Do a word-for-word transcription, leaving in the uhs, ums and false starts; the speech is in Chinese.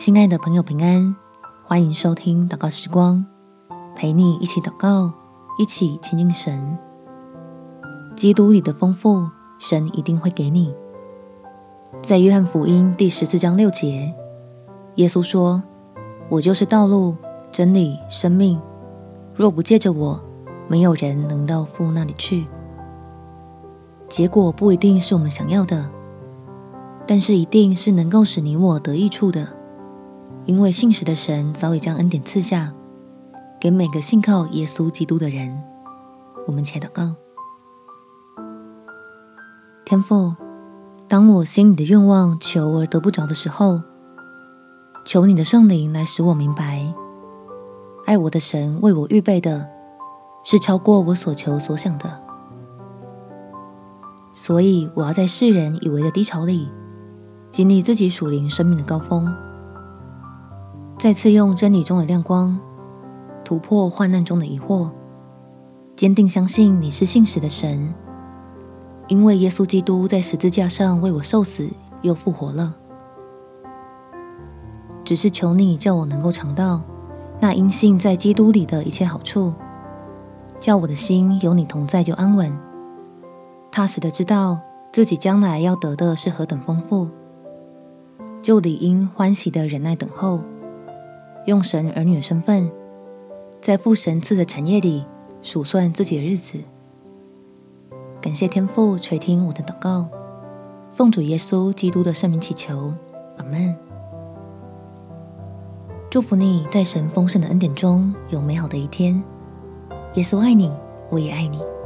亲爱的朋友平安，欢迎收听祷告时光，陪你一起祷告，一起亲近神。基督里的丰富，神一定会给你。在约翰福音第十四章六节，耶稣说：我就是道路、真理、生命，若不借着我，没有人能到父那里去。结果不一定是我们想要的，但是一定是能够使你我得益处的，因为信实的神早已将恩典赐下，给每个信靠耶稣基督的人。我们且祷告。天父，当我心里的愿望求而得不着的时候，求你的圣灵来使我明白，爱我的神为我预备的是超过我所求所想的。所以我要在世人以为的低潮里，经历自己属灵生命的高峰，再次用真理中的亮光突破患难中的疑惑，坚定相信你是信实的神，因为耶稣基督在十字架上为我受死又复活了。只是求你叫我能够尝到那因信在基督里的一切好处，叫我的心有你同在就安稳，踏实的知道自己将来要得的是何等丰富，就理应欢喜的忍耐等候，用神儿女的身份，在父神赐的产业里数算自己的日子。感谢天父垂听我的祷告，奉主耶稣基督的圣名祈求，阿们。祝福你在神丰盛的恩典中有美好的一天。耶稣爱你，我也爱你。